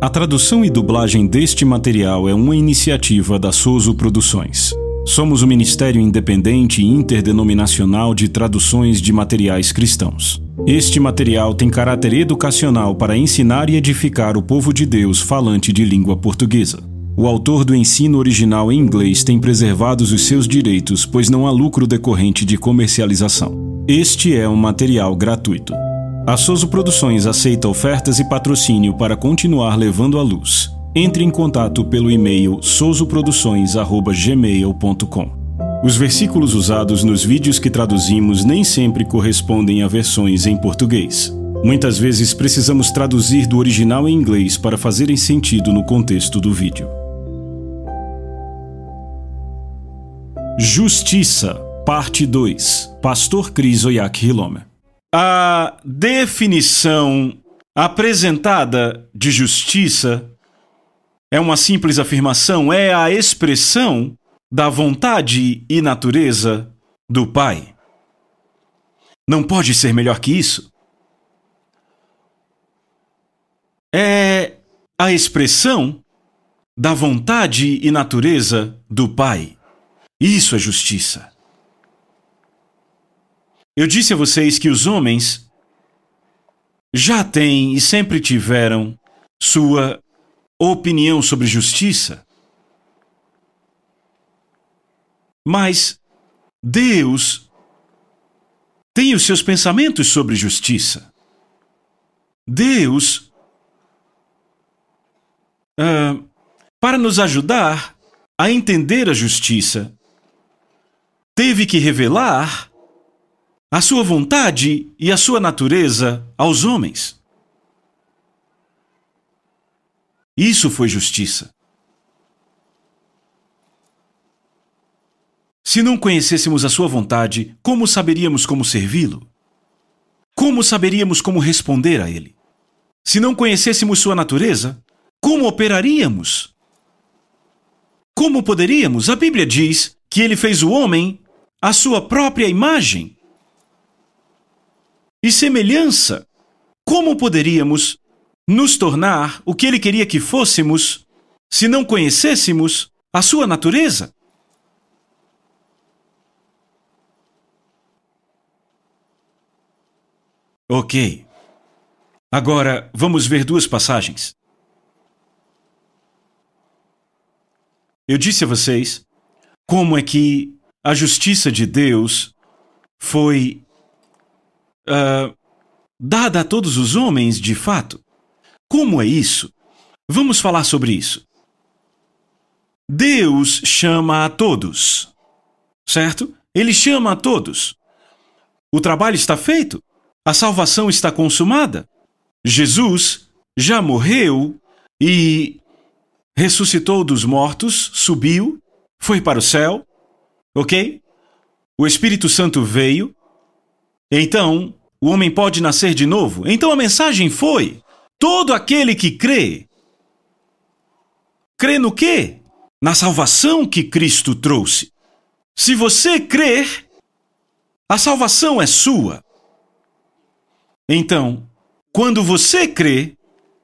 A tradução e dublagem deste material é uma iniciativa da Soso Produções. Somos um ministério independente e interdenominacional de traduções de materiais cristãos. Este material tem caráter educacional para ensinar e edificar o povo de Deus falante de língua portuguesa. O autor do ensino original em inglês tem preservados os seus direitos, pois não há lucro decorrente de comercialização. Este é um material gratuito. A Soso Produções aceita ofertas e patrocínio para continuar levando à luz. Entre em contato pelo e-mail sosoproduções@gmail.com. Os versículos usados nos vídeos que traduzimos nem sempre correspondem a versões em português. Muitas vezes precisamos traduzir do original em inglês para fazerem sentido no contexto do vídeo. Justiça, parte 2. Pastor Chris Oyak Hilomer. A definição apresentada de justiça é uma simples afirmação, é a expressão da vontade e natureza do Pai. Não pode ser melhor que isso. É a expressão da vontade e natureza do Pai. Isso é justiça. Eu disse a vocês que os homens já têm e sempre tiveram sua opinião sobre justiça. Mas Deus tem os seus pensamentos sobre justiça. Deus, para nos ajudar a entender a justiça, teve que revelar a sua vontade e a sua natureza aos homens. Isso foi justiça. Se não conhecêssemos a sua vontade, como saberíamos como servi-lo? Como saberíamos como responder a ele? Se não conhecêssemos sua natureza, como operaríamos? Como poderíamos? A Bíblia diz que ele fez o homem à sua própria imagem e semelhança. Como poderíamos nos tornar o que ele queria que fôssemos se não conhecêssemos a sua natureza? Ok. Agora, vamos ver duas passagens. Eu disse a vocês como é que a justiça de Deus foi dada a todos os homens, de fato. Como é isso? Vamos falar sobre isso. Deus chama a todos, certo? Ele chama a todos. O trabalho está feito. A salvação está consumada. Jesus já morreu e ressuscitou dos mortos, subiu, foi para o céu, ok? O Espírito Santo veio. Então, o homem pode nascer de novo. Então a mensagem foi: todo aquele que crê. Crê no quê? Na salvação que Cristo trouxe. Se você crer, a salvação é sua. Então, quando você crê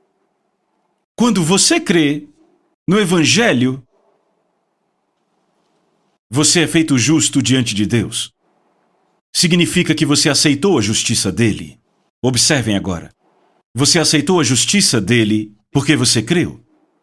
no Evangelho, você é feito justo diante de Deus. Significa que você aceitou a justiça dele. Observem agora. Você aceitou a justiça dele porque você creu.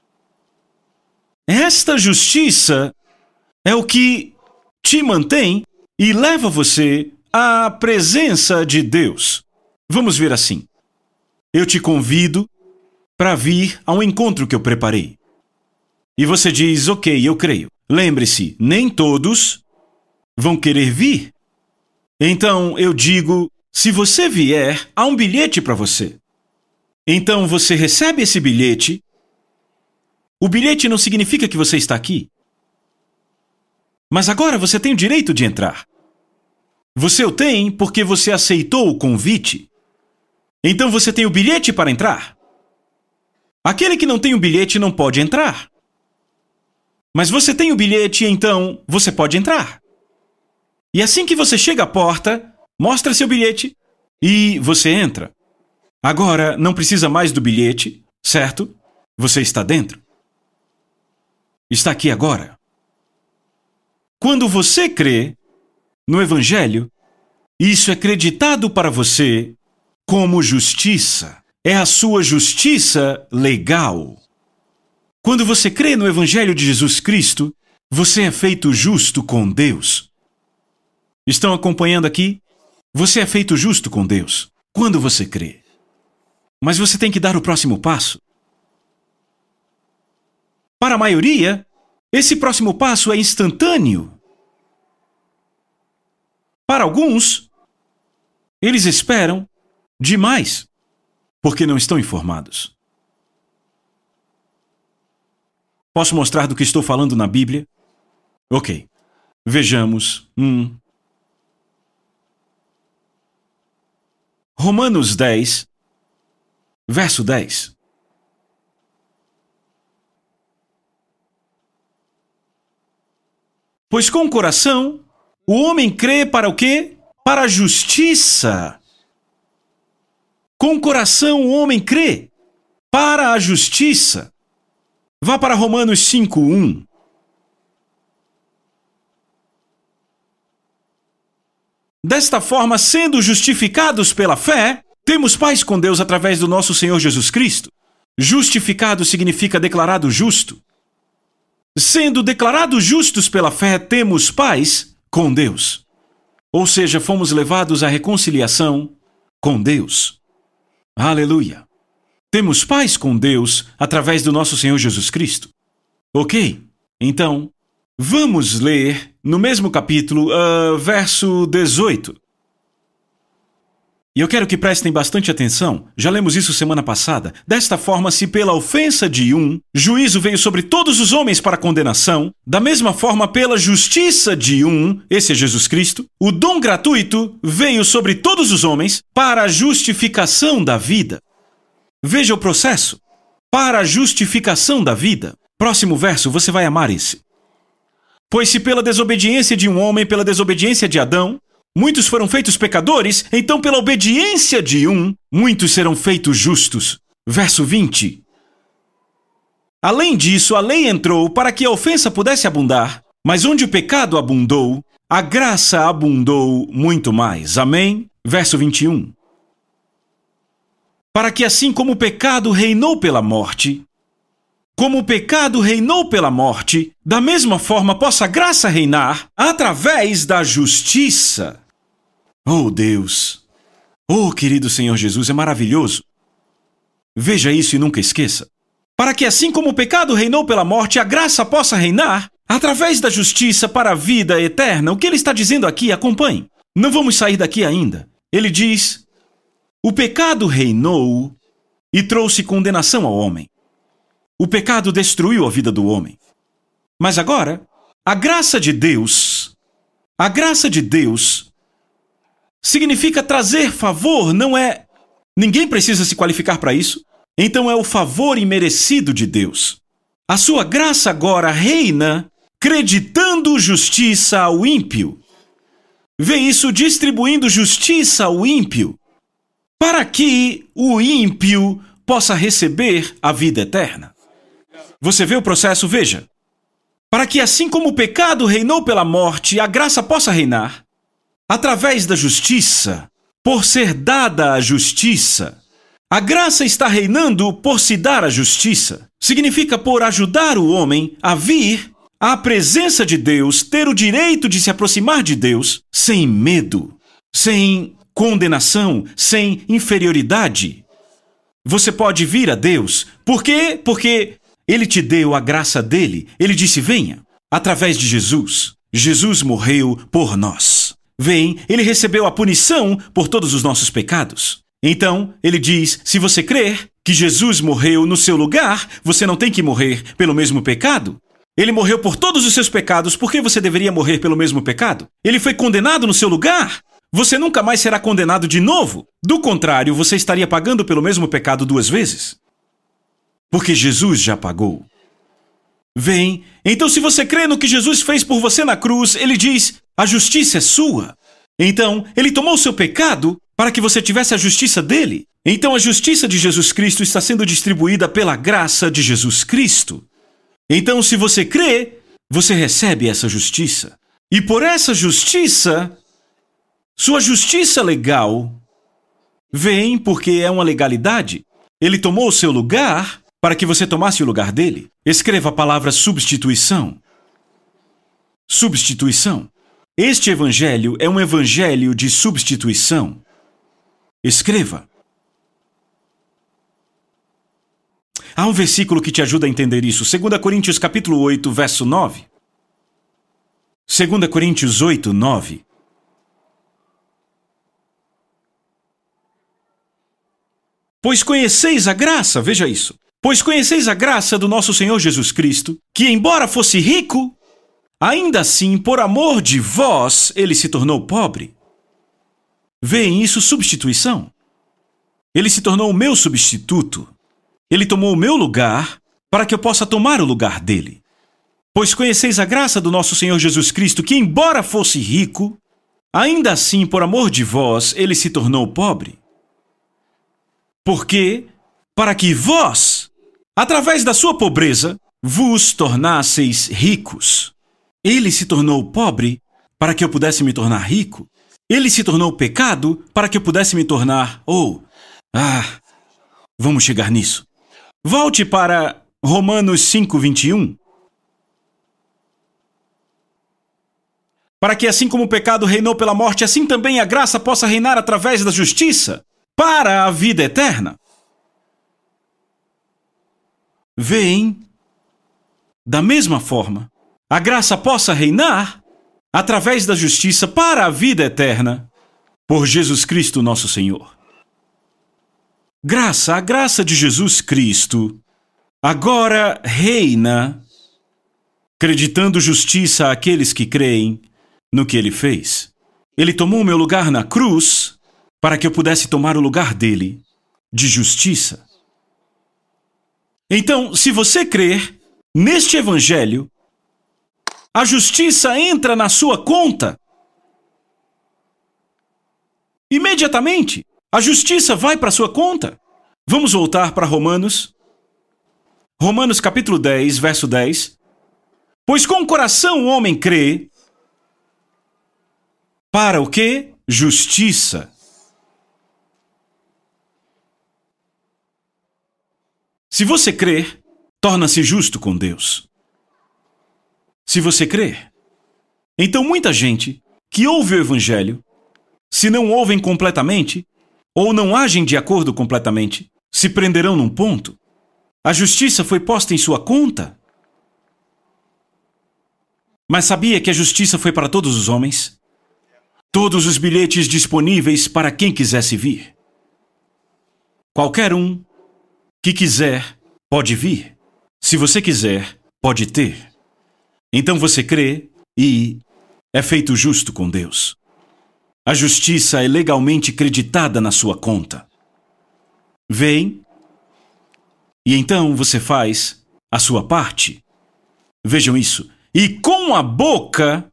Esta justiça é o que te mantém e leva você à presença de Deus. Vamos ver assim. Eu te convido para vir a um encontro que eu preparei. E você diz, ok, eu creio. Lembre-se, nem todos vão querer vir. Então eu digo, se você vier, há um bilhete para você. Então você recebe esse bilhete. O bilhete não significa que você está aqui. Mas agora você tem o direito de entrar. Você o tem porque você aceitou o convite. Então você tem o bilhete para entrar. Aquele que não tem o bilhete não pode entrar. Mas você tem o bilhete, então você pode entrar. E assim que você chega à porta, mostra seu bilhete e você entra. Agora não precisa mais do bilhete, certo? Você está dentro? Está aqui agora. Quando você crê no Evangelho, isso é creditado para você como justiça. É a sua justiça legal. Quando você crê no Evangelho de Jesus Cristo, você é feito justo com Deus. Estão acompanhando aqui? Você é feito justo com Deus quando você crê. Mas você tem que dar o próximo passo. Para a maioria, esse próximo passo é instantâneo. Para alguns, eles esperam demais, porque não estão informados. Posso mostrar do que estou falando na Bíblia? Ok. Vejamos. Romanos 10, verso 10. Pois com o coração, o homem crê para o quê? Para a justiça. Com o coração, o homem crê para a justiça. Vá para Romanos 5:1. Desta forma, sendo justificados pela fé, temos paz com Deus através do nosso Senhor Jesus Cristo. Justificado significa declarado justo. Sendo declarados justos pela fé, temos paz com Deus. Ou seja, fomos levados à reconciliação com Deus. Aleluia! Temos paz com Deus através do nosso Senhor Jesus Cristo. Ok? Então, vamos ler no mesmo capítulo, verso 18. E eu quero que prestem bastante atenção. Já lemos isso semana passada. Desta forma, se pela ofensa de um, juízo veio sobre todos os homens para condenação, da mesma forma, pela justiça de um, esse é Jesus Cristo, o dom gratuito veio sobre todos os homens para a justificação da vida. Veja o processo. Para a justificação da vida. Próximo verso, você vai amar esse. Pois se pela desobediência de um homem, pela desobediência de Adão, muitos foram feitos pecadores, então pela obediência de um, muitos serão feitos justos. Verso 20. Além disso, a lei entrou para que a ofensa pudesse abundar, mas onde o pecado abundou, a graça abundou muito mais. Amém? Verso 21. Para que assim como o pecado reinou pela morte, da mesma forma possa a graça reinar através da justiça. Oh Deus! Oh querido Senhor Jesus, é maravilhoso. Veja isso e nunca esqueça. Para que assim como o pecado reinou pela morte, a graça possa reinar através da justiça para a vida eterna. O que ele está dizendo aqui? Acompanhe. Não vamos sair daqui ainda. Ele diz: o pecado reinou e trouxe condenação ao homem. O pecado destruiu a vida do homem. Mas agora, a graça de Deus significa trazer favor, não é... Ninguém precisa se qualificar para isso. Então é o favor imerecido de Deus. A sua graça agora reina, creditando justiça ao ímpio. Vê isso, distribuindo justiça ao ímpio, para que o ímpio possa receber a vida eterna. Você vê o processo? Veja. Para que assim como o pecado reinou pela morte, a graça possa reinar através da justiça, por ser dada a justiça. A graça está reinando por se dar a justiça. Significa por ajudar o homem a vir à presença de Deus, ter o direito de se aproximar de Deus sem medo, sem condenação, sem inferioridade. Você pode vir a Deus. Por quê? Porque Ele te deu a graça dele. Ele disse: venha, através de Jesus. Jesus morreu por nós. Vem, ele recebeu a punição por todos os nossos pecados. Então, ele diz: se você crer que Jesus morreu no seu lugar, você não tem que morrer pelo mesmo pecado. Ele morreu por todos os seus pecados, por que você deveria morrer pelo mesmo pecado? Ele foi condenado no seu lugar. Você nunca mais será condenado de novo. Do contrário, você estaria pagando pelo mesmo pecado 2 vezes. Porque Jesus já pagou. Vem, então se você crê no que Jesus fez por você na cruz, ele diz: a justiça é sua. Então, ele tomou o seu pecado para que você tivesse a justiça dele. Então a justiça de Jesus Cristo está sendo distribuída pela graça de Jesus Cristo. Então, se você crê, você recebe essa justiça. E por essa justiça, sua justiça legal vem porque é uma legalidade. Ele tomou o seu lugar para que você tomasse o lugar dele. Escreva a palavra substituição. Substituição. Este evangelho é um evangelho de substituição. Escreva. Há um versículo que te ajuda a entender isso. 2 Coríntios capítulo 8, verso 9. 2 Coríntios 8, 9. Pois conheceis a graça, veja isso. Pois conheceis a graça do nosso Senhor Jesus Cristo, que embora fosse rico, ainda assim, por amor de vós, ele se tornou pobre. Vêem isso substituição? Ele se tornou o meu substituto. Ele tomou o meu lugar para que eu possa tomar o lugar dele. Pois conheceis a graça do nosso Senhor Jesus Cristo, que embora fosse rico, ainda assim, por amor de vós, ele se tornou pobre. Porque, para que vós, através da sua pobreza, vos tornasseis ricos. Ele se tornou pobre para que eu pudesse me tornar rico. Ele se tornou pecado para que eu pudesse me tornar... Vamos chegar nisso. Volte para Romanos 5, 21. Para que assim como o pecado reinou pela morte, assim também a graça possa reinar através da justiça, para a vida eterna. Veem, da mesma forma, a graça possa reinar através da justiça para a vida eterna, por Jesus Cristo nosso Senhor. A graça de Jesus Cristo agora reina, acreditando justiça àqueles que creem no que ele fez. Ele tomou o meu lugar na cruz para que eu pudesse tomar o lugar dele, de justiça. Então, se você crer neste evangelho, a justiça entra na sua conta. Imediatamente, a justiça vai para a sua conta. Vamos voltar para Romanos. Romanos capítulo 10, verso 10. Pois com o coração o homem crê para o quê? Justiça. Se você crer, torna-se justo com Deus. Se você crer. Então muita gente que ouve o evangelho, se não ouvem completamente, ou não agem de acordo completamente, se prenderão num ponto. A justiça foi posta em sua conta. Mas sabia que a justiça foi para todos os homens? Todos os bilhetes disponíveis para quem quisesse vir. Qualquer um que quiser, pode vir. Se você quiser, pode ter. Então você crê e é feito justo com Deus. A justiça é legalmente creditada na sua conta. Vem, e então você faz a sua parte. Vejam isso. E com a boca,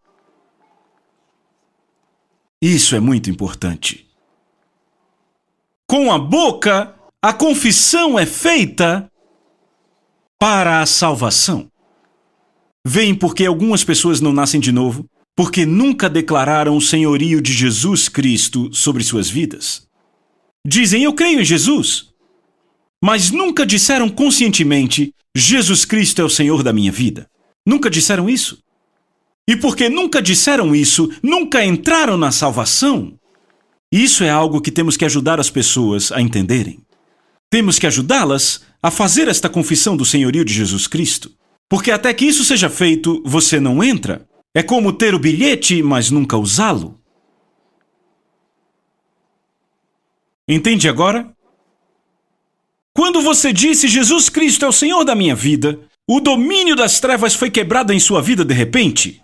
isso é muito importante. Com a boca, a confissão é feita para a salvação. Vem porque algumas pessoas não nascem de novo, porque nunca declararam o senhorio de Jesus Cristo sobre suas vidas. Dizem, eu creio em Jesus, mas nunca disseram conscientemente, Jesus Cristo é o Senhor da minha vida. Nunca disseram isso. E porque nunca disseram isso, nunca entraram na salvação. Isso é algo que temos que ajudar as pessoas a entenderem. Temos que ajudá-las a fazer esta confissão do senhorio de Jesus Cristo. Porque até que isso seja feito, você não entra. É como ter o bilhete, mas nunca usá-lo. Entende agora? Quando você disse Jesus Cristo é o Senhor da minha vida, o domínio das trevas foi quebrado em sua vida de repente.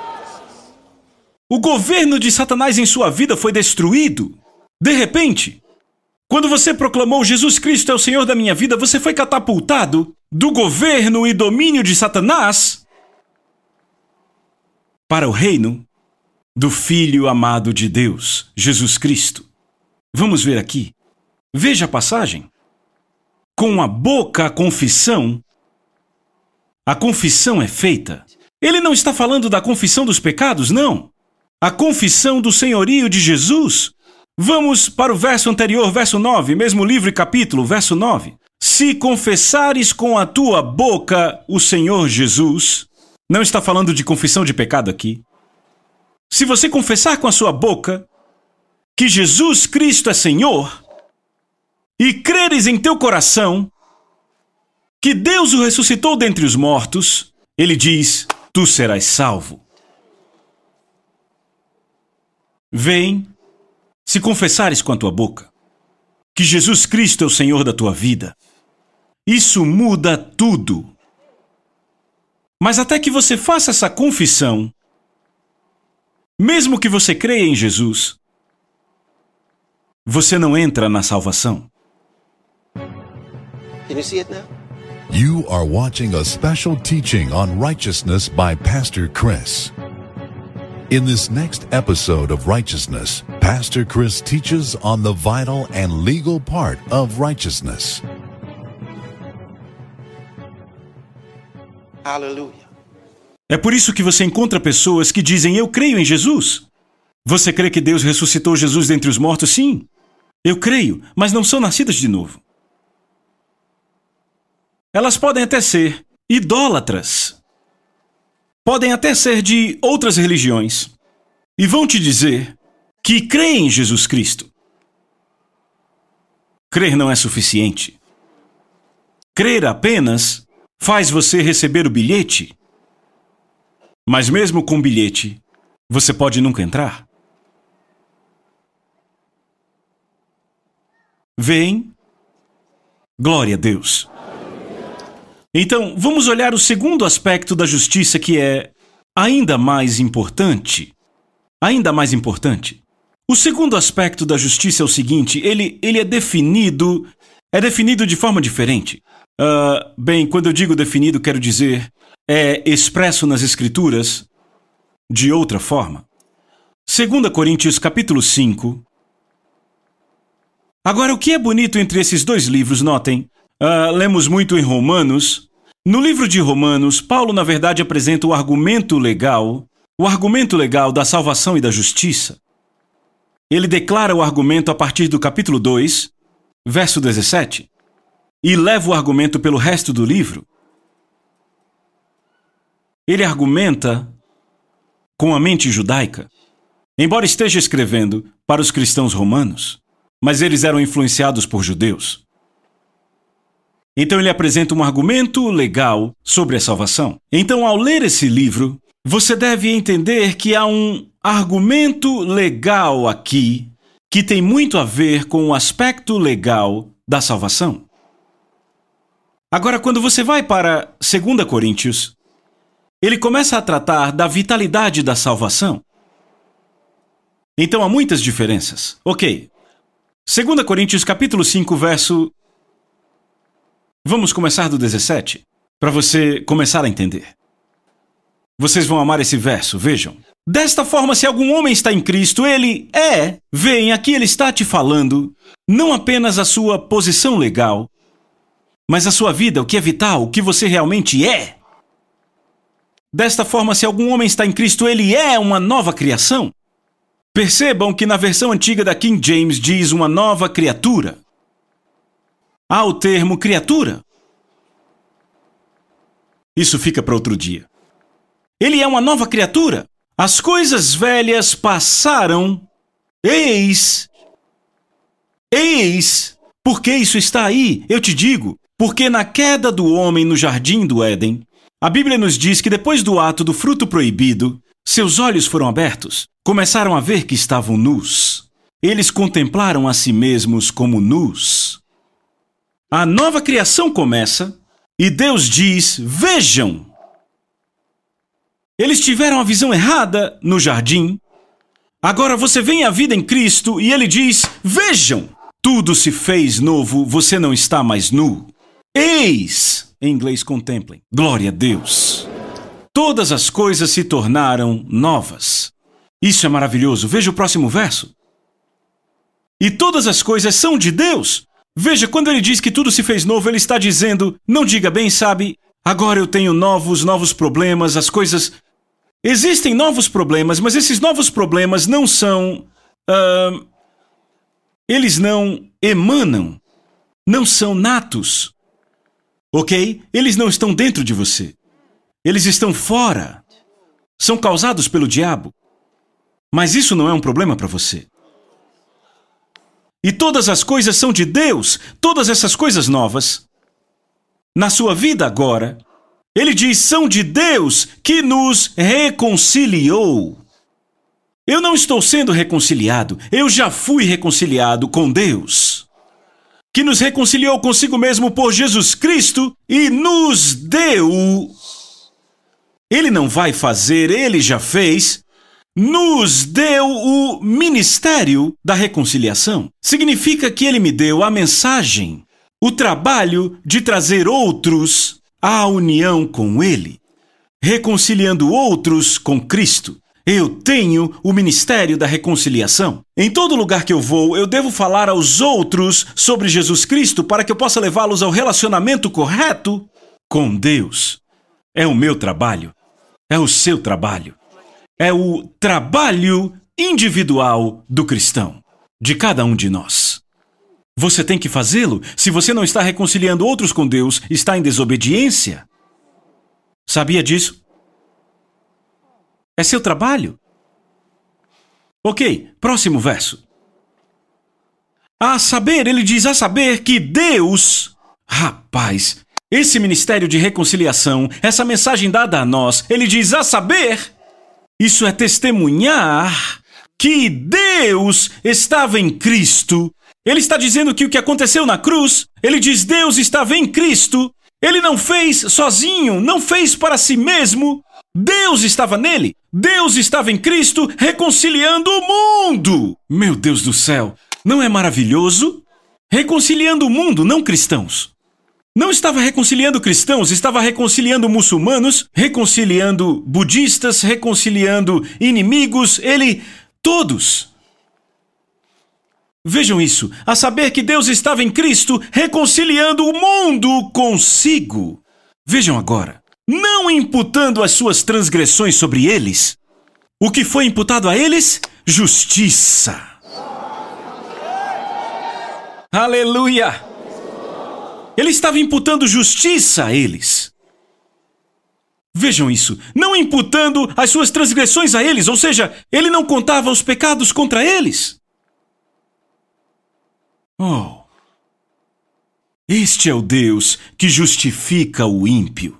O governo de Satanás em sua vida foi destruído. De repente. Quando você proclamou Jesus Cristo é o Senhor da minha vida, você foi catapultado do governo e domínio de Satanás para o reino do Filho amado de Deus, Jesus Cristo. Vamos ver aqui. Veja a passagem. Com a boca a confissão é feita. Ele não está falando da confissão dos pecados, não. A confissão do senhorio de Jesus. Vamos para o verso anterior, verso 9, mesmo livro e capítulo, verso 9. Se confessares com a tua boca o Senhor Jesus, não está falando de confissão de pecado aqui. Se você confessar com a sua boca que Jesus Cristo é Senhor e creres em teu coração que Deus o ressuscitou dentre os mortos, ele diz, tu serás salvo. Vem, se confessares com a tua boca que Jesus Cristo é o Senhor da tua vida, isso muda tudo. Mas até que você faça essa confissão, mesmo que você creia em Jesus, você não entra na salvação. Can you see it now? You are watching a special teaching on righteousness by Pastor Chris. In this next episode of Righteousness, Pastor Chris teaches on the vital and legal part of righteousness. Hallelujah. É por isso que você encontra pessoas que dizem, eu creio em Jesus. Você crê que Deus ressuscitou Jesus dentre os mortos? Sim. Eu creio, mas não são nascidas de novo. Elas podem até ser idólatras. Podem até ser de outras religiões. E vão te dizer que creem em Jesus Cristo. Crer não é suficiente. Crer apenas faz você receber o bilhete. Mas mesmo com o bilhete, você pode nunca entrar. Vem. Glória a Deus. Então, vamos olhar o segundo aspecto da justiça que é ainda mais importante. Ainda mais importante. O segundo aspecto da justiça é o seguinte, ele é definido de forma diferente. Bem, quando eu digo definido, quero dizer, é expresso nas Escrituras de outra forma. 2 Coríntios capítulo 5. Agora, o que é bonito entre esses dois livros, notem, lemos muito em Romanos. No livro de Romanos, Paulo, na verdade, apresenta o argumento legal da salvação e da justiça. Ele declara o argumento a partir do capítulo 2, verso 17, e leva o argumento pelo resto do livro. Ele argumenta com a mente judaica, embora esteja escrevendo para os cristãos romanos, mas eles eram influenciados por judeus. Então ele apresenta um argumento legal sobre a salvação. Então, ao ler esse livro, você deve entender que há um argumento legal aqui que tem muito a ver com o aspecto legal da salvação. Agora, quando você vai para 2 Coríntios, ele começa a tratar da vitalidade da salvação. Então, há muitas diferenças. Ok. 2 Coríntios capítulo 5, verso... Vamos começar do 17, para você começar a entender. Vocês vão amar esse verso, vejam. Desta forma, se algum homem está em Cristo, ele é... Vem, aqui ele está te falando, não apenas a sua posição legal, mas a sua vida, o que é vital, o que você realmente é. Desta forma, se algum homem está em Cristo, ele é uma nova criação. Percebam que na versão antiga da King James diz uma nova criatura. Há o termo criatura. Isso fica para outro dia. Ele é uma nova criatura. As coisas velhas passaram. Eis. Por que isso está aí? Eu te digo. Porque na queda do homem no jardim do Éden, a Bíblia nos diz que depois do ato do fruto proibido, seus olhos foram abertos. Começaram a ver que estavam nus. Eles contemplaram a si mesmos como nus. A nova criação começa e Deus diz, vejam. Eles tiveram a visão errada no jardim. Agora você vem à vida em Cristo e ele diz, vejam. Tudo se fez novo, você não está mais nu. Eis, em inglês contemplem, glória a Deus. Todas as coisas se tornaram novas. Isso é maravilhoso. Veja o próximo verso. E todas as coisas são de Deus. Veja, quando ele diz que tudo se fez novo, ele está dizendo, não diga bem, sabe, agora eu tenho novos problemas, as coisas... Existem novos problemas, mas esses novos problemas não são... eles não emanam, não são natos, ok? Eles não estão dentro de você. Eles estão fora. São causados pelo diabo. Mas isso não é um problema para você. E todas as coisas são de Deus, todas essas coisas novas. Na sua vida agora, ele diz, são de Deus que nos reconciliou. Eu não estou sendo reconciliado, eu já fui reconciliado com Deus. Que nos reconciliou consigo mesmo por Jesus Cristo e nos deu. Ele não vai fazer, ele já fez. Nos deu o ministério da reconciliação. Significa que ele me deu a mensagem, o trabalho de trazer outros à união com ele, reconciliando outros com Cristo. Eu tenho o ministério da reconciliação. Em todo lugar que eu vou, eu devo falar aos outros sobre Jesus Cristo para que eu possa levá-los ao relacionamento correto com Deus. É o meu trabalho. É o seu trabalho. É o trabalho individual do cristão, de cada um de nós. Você tem que fazê-lo. Se você não está reconciliando outros com Deus, está em desobediência. Sabia disso? É seu trabalho. Ok, próximo verso. A saber, ele diz, a saber que Deus... Rapaz, esse ministério de reconciliação, essa mensagem dada a nós, ele diz, a saber... Isso é testemunhar que Deus estava em Cristo. Ele está dizendo que o que aconteceu na cruz, ele diz Deus estava em Cristo. Ele não fez sozinho, não fez para si mesmo. Deus estava nele. Deus estava em Cristo reconciliando o mundo. Meu Deus do céu, não é maravilhoso? Reconciliando o mundo, não cristãos. Não estava reconciliando cristãos, estava reconciliando muçulmanos, reconciliando budistas, reconciliando inimigos, todos. Vejam isso, a saber que Deus estava em Cristo reconciliando o mundo consigo. Vejam agora, não imputando as suas transgressões sobre eles. O que foi imputado a eles? Justiça. Aleluia! Ele estava imputando justiça a eles. Vejam isso, não imputando as suas transgressões a eles, ou seja, ele não contava os pecados contra eles. Oh, este é o Deus que justifica o ímpio.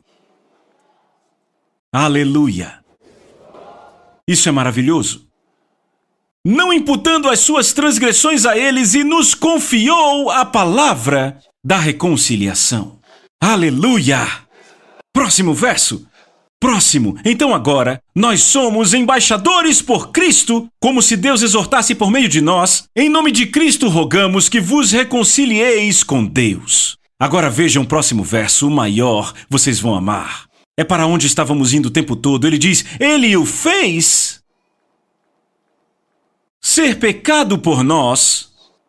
Aleluia! Isso é maravilhoso. Não imputando as suas transgressões a eles e nos confiou a palavra da reconciliação. Aleluia! Próximo verso. Próximo. Então agora, nós somos embaixadores por Cristo, como se Deus exortasse por meio de nós. Em nome de Cristo rogamos que vos reconcilieis com Deus. Agora vejam o próximo verso, o maior, vocês vão amar. É para onde estávamos indo o tempo todo. Ele diz, ele o fez ser pecado por nós.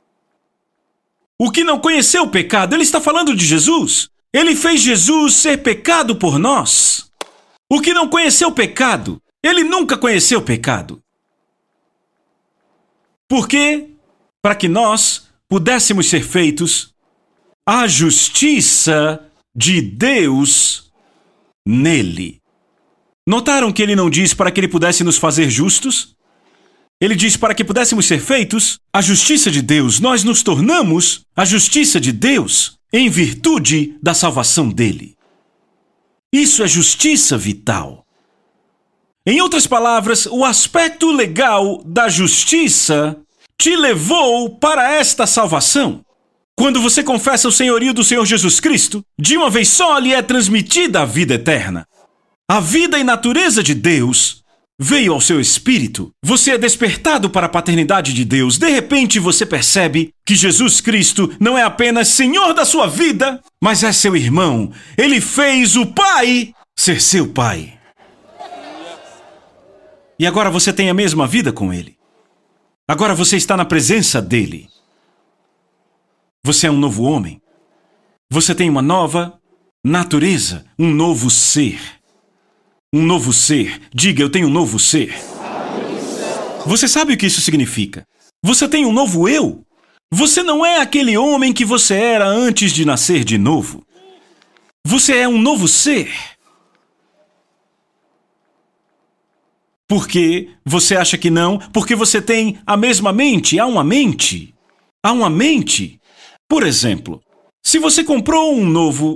O que não conheceu o pecado, ele está falando de Jesus. Ele fez Jesus ser pecado por nós. O que não conheceu o pecado, ele nunca conheceu o pecado. Por quê? Para que nós pudéssemos ser feitos a justiça de Deus nele. Notaram que ele não diz para que ele pudesse nos fazer justos? Ele diz para que pudéssemos ser feitos a justiça de Deus. Nós nos tornamos a justiça de Deus em virtude da salvação dele. Isso é justiça vital. Em outras palavras, o aspecto legal da justiça te levou para esta salvação. Quando você confessa o senhorio do Senhor Jesus Cristo, de uma vez só lhe é transmitida a vida eterna. A vida e natureza de Deus veio ao seu espírito. Você é despertado para a paternidade de Deus. De repente você percebe que Jesus Cristo não é apenas Senhor da sua vida, mas é seu irmão. Ele fez o Pai ser seu Pai. E agora você tem a mesma vida com Ele. Agora você está na presença dEle. Você é um novo homem. Você tem uma nova natureza, um novo ser. Um novo ser. Diga, eu tenho um novo ser. Você sabe o que isso significa? Você tem um novo eu. Você não é aquele homem que você era antes de nascer de novo. Você é um novo ser. Por que você acha que não? Porque você tem a mesma mente. Há uma mente. Há uma mente. Por exemplo, se você comprou um novo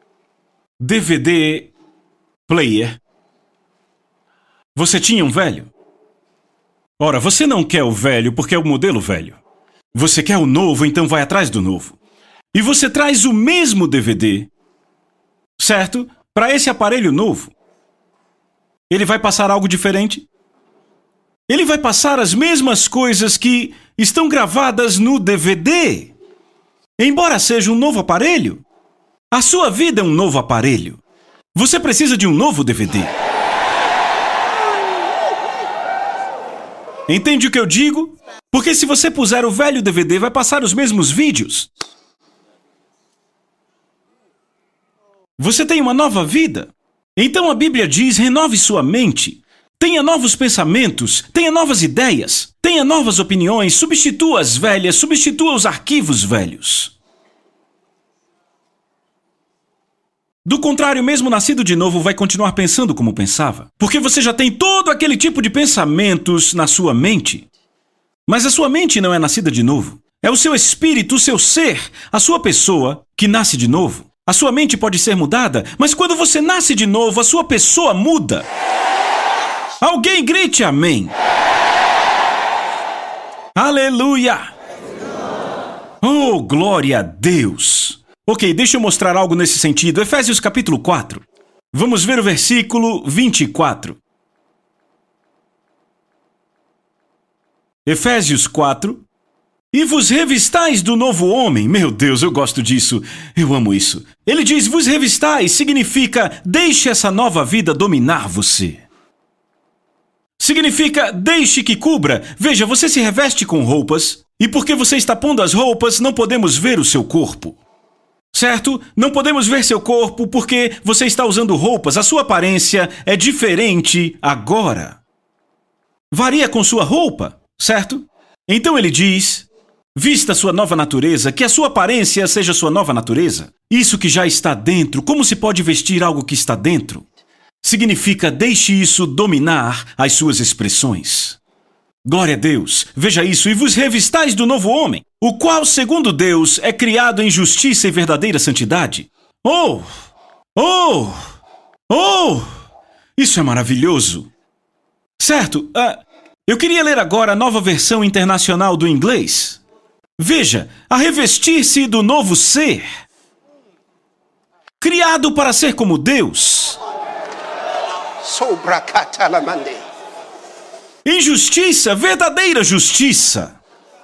DVD player, você tinha um velho. Ora, você não quer o velho porque é o modelo velho. Você quer o novo, então vai atrás do novo. E você traz o mesmo DVD, certo? Para esse aparelho novo. Ele vai passar algo diferente? Ele vai passar as mesmas coisas que estão gravadas no DVD. Embora seja um novo aparelho, a sua vida é um novo aparelho. Você precisa de um novo DVD. Entende o que eu digo? Porque se você puser o velho DVD, vai passar os mesmos vídeos. Você tem uma nova vida. Então a Bíblia diz, renove sua mente. Tenha novos pensamentos, tenha novas ideias, tenha novas opiniões, substitua as velhas, substitua os arquivos velhos. Do contrário, mesmo nascido de novo, vai continuar pensando como pensava. Porque você já tem todo aquele tipo de pensamentos na sua mente. Mas a sua mente não é nascida de novo. É o seu espírito, o seu ser, a sua pessoa que nasce de novo. A sua mente pode ser mudada, mas quando você nasce de novo, a sua pessoa muda. Alguém grite amém. Aleluia! Oh, glória a Deus! Ok, deixa eu mostrar algo nesse sentido. Efésios capítulo 4. Vamos ver o versículo 24. Efésios 4. E vos revistais do novo homem. Meu Deus, eu gosto disso. Eu amo isso. Ele diz, vos revistais, significa, deixe essa nova vida dominar você. Significa, deixe que cubra. Veja, você se reveste com roupas, e porque você está pondo as roupas, não podemos ver o seu corpo. Certo? Não podemos ver seu corpo porque você está usando roupas. A sua aparência é diferente agora. Varia com sua roupa, certo? Então ele diz, vista sua nova natureza, que a sua aparência seja sua nova natureza. Isso que já está dentro, como se pode vestir algo que está dentro? Significa, deixe isso dominar as suas expressões. Glória a Deus, veja isso, e vos revistais do novo homem, o qual, segundo Deus, é criado em justiça e verdadeira santidade. Oh! Isso é maravilhoso! Certo, eu queria ler agora a nova versão internacional do inglês. Veja, a revestir-se do novo ser, criado para ser como Deus. Em justiça, verdadeira justiça.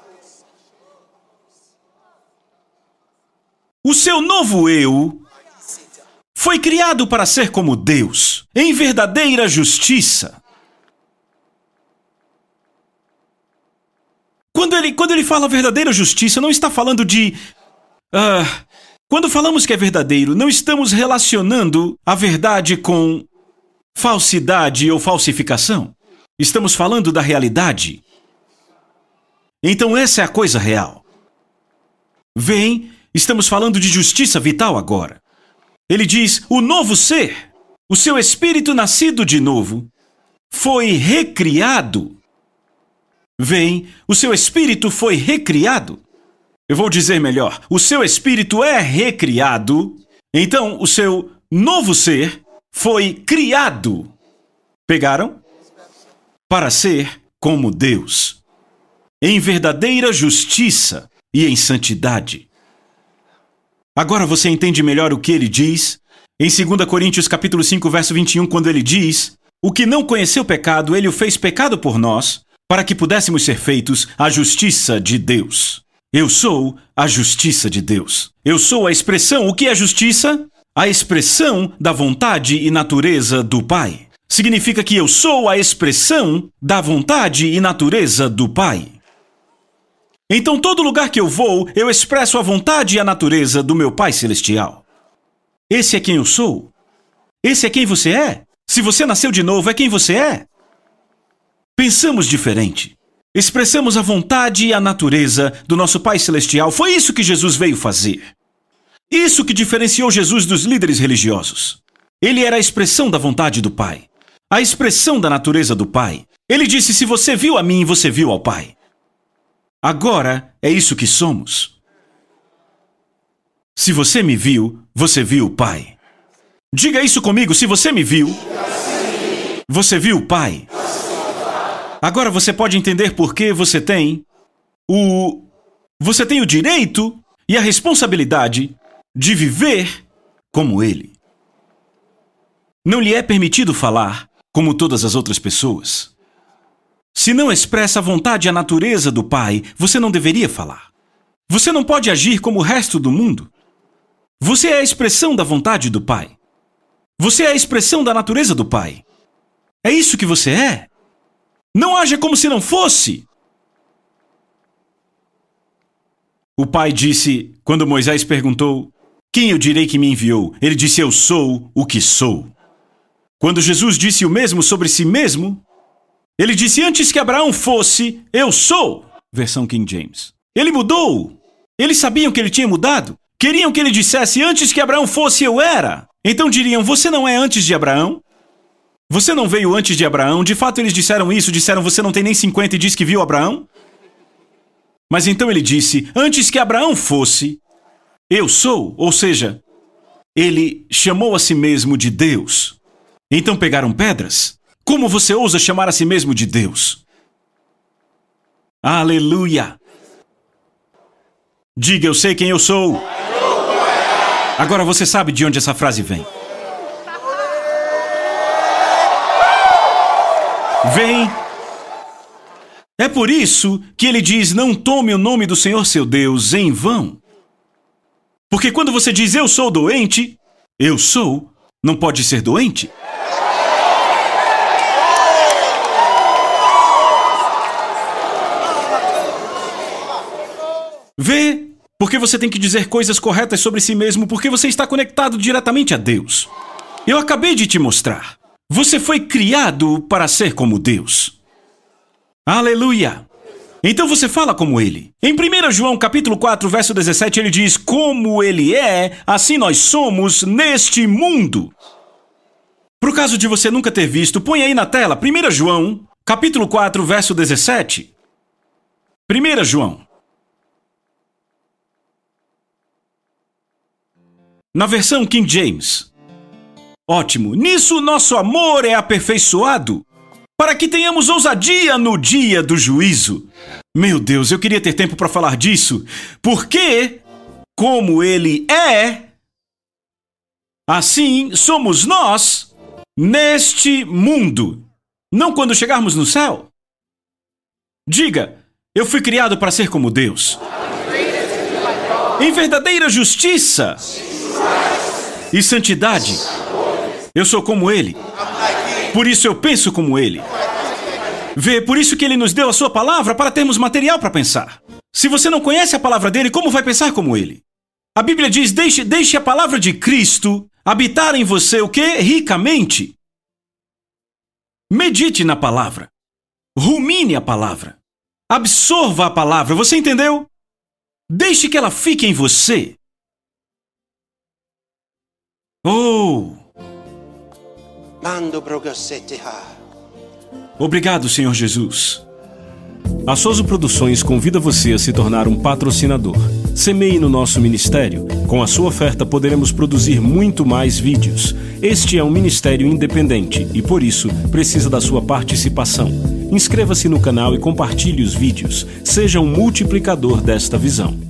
O seu novo eu foi criado para ser como Deus, em verdadeira justiça. Quando ele fala verdadeira justiça, não está falando de... quando falamos que é verdadeiro, não estamos relacionando a verdade com falsidade ou falsificação. Estamos falando da realidade. Então essa é a coisa real. Vem, estamos falando de justiça vital agora. Ele diz, o novo ser, o seu espírito nascido de novo, foi recriado. Vem, o seu espírito foi recriado. Eu vou dizer melhor, o seu espírito é recriado. Então o seu novo ser foi criado. Pegaram? Para ser como Deus, em verdadeira justiça e em santidade. Agora você entende melhor o que ele diz? Em 2 Coríntios capítulo 5, verso 21, quando ele diz, o que não conheceu pecado, ele o fez pecado por nós, para que pudéssemos ser feitos a justiça de Deus. Eu sou a justiça de Deus. Eu sou a expressão, o que é justiça? A expressão da vontade e natureza do Pai. Significa que eu sou a expressão da vontade e natureza do Pai. Então todo lugar que eu vou, eu expresso a vontade e a natureza do meu Pai Celestial. Esse é quem eu sou. Esse é quem você é. Se você nasceu de novo, é quem você é. Pensamos diferente. Expressamos a vontade e a natureza do nosso Pai Celestial. Foi isso que Jesus veio fazer. Isso que diferenciou Jesus dos líderes religiosos. Ele era a expressão da vontade do Pai. A expressão da natureza do Pai. Ele disse, se você viu a mim, você viu ao Pai. Agora é isso que somos. Se você me viu, você viu o Pai. Diga isso comigo, se você me viu, você viu o Pai. Agora você pode entender por que você tem o direito e a responsabilidade de viver como Ele. Não lhe é permitido falar como todas as outras pessoas. Se não expressa a vontade e a natureza do Pai, você não deveria falar. Você não pode agir como o resto do mundo. Você é a expressão da vontade do Pai. Você é a expressão da natureza do Pai. É isso que você é. Não haja como se não fosse. O Pai disse, quando Moisés perguntou, quem eu direi que me enviou? Ele disse, eu sou o que sou. Quando Jesus disse o mesmo sobre si mesmo, ele disse, antes que Abraão fosse, eu sou. Versão King James. Ele mudou. Eles sabiam que ele tinha mudado. Queriam que ele dissesse, antes que Abraão fosse, eu era. Então diriam, você não é antes de Abraão? Você não veio antes de Abraão? De fato eles disseram isso, disseram, você não tem nem 50 e diz que viu Abraão? Mas então ele disse, antes que Abraão fosse, eu sou. Ou seja, ele chamou a si mesmo de Deus. Então pegaram pedras. Como você ousa chamar a si mesmo de Deus? Aleluia! Diga, eu sei quem eu sou. Agora você sabe de onde essa frase vem. Vem. É por isso que ele diz, não tome o nome do Senhor seu Deus em vão. Porque quando você diz, eu sou doente, eu sou, não pode ser doente. Vê, porque você tem que dizer coisas corretas sobre si mesmo, porque você está conectado diretamente a Deus. Eu acabei de te mostrar. Você foi criado para ser como Deus. Aleluia! Então você fala como Ele. Em 1 João capítulo 4, verso 17, ele diz, como Ele é, assim nós somos neste mundo. Por caso de você nunca ter visto, põe aí na tela, 1 João capítulo 4, verso 17. 1 João. Na versão King James. Ótimo. Nisso nosso amor é aperfeiçoado, para que tenhamos ousadia no dia do juízo. Meu Deus, eu queria ter tempo para falar disso, porque, como Ele é, assim somos nós neste mundo. Não quando chegarmos no céu. Diga, eu fui criado para ser como Deus. Em verdadeira justiça e santidade. Eu sou como Ele. Por isso eu penso como Ele. Vê, por isso que Ele nos deu a sua palavra para termos material para pensar. Se você não conhece a palavra dele, como vai pensar como Ele? A Bíblia diz, deixe a palavra de Cristo habitar em você o quê? Ricamente. Medite na palavra. Rumine a palavra. Absorva a palavra. Você entendeu? Deixe que ela fique em você. Oh! Obrigado, Senhor Jesus. A Soso Produções convida você a se tornar um patrocinador. Semeie no nosso ministério. Com a sua oferta poderemos produzir muito mais vídeos. Este é um ministério independente e, por isso, precisa da sua participação. Inscreva-se no canal e compartilhe os vídeos. Seja um multiplicador desta visão.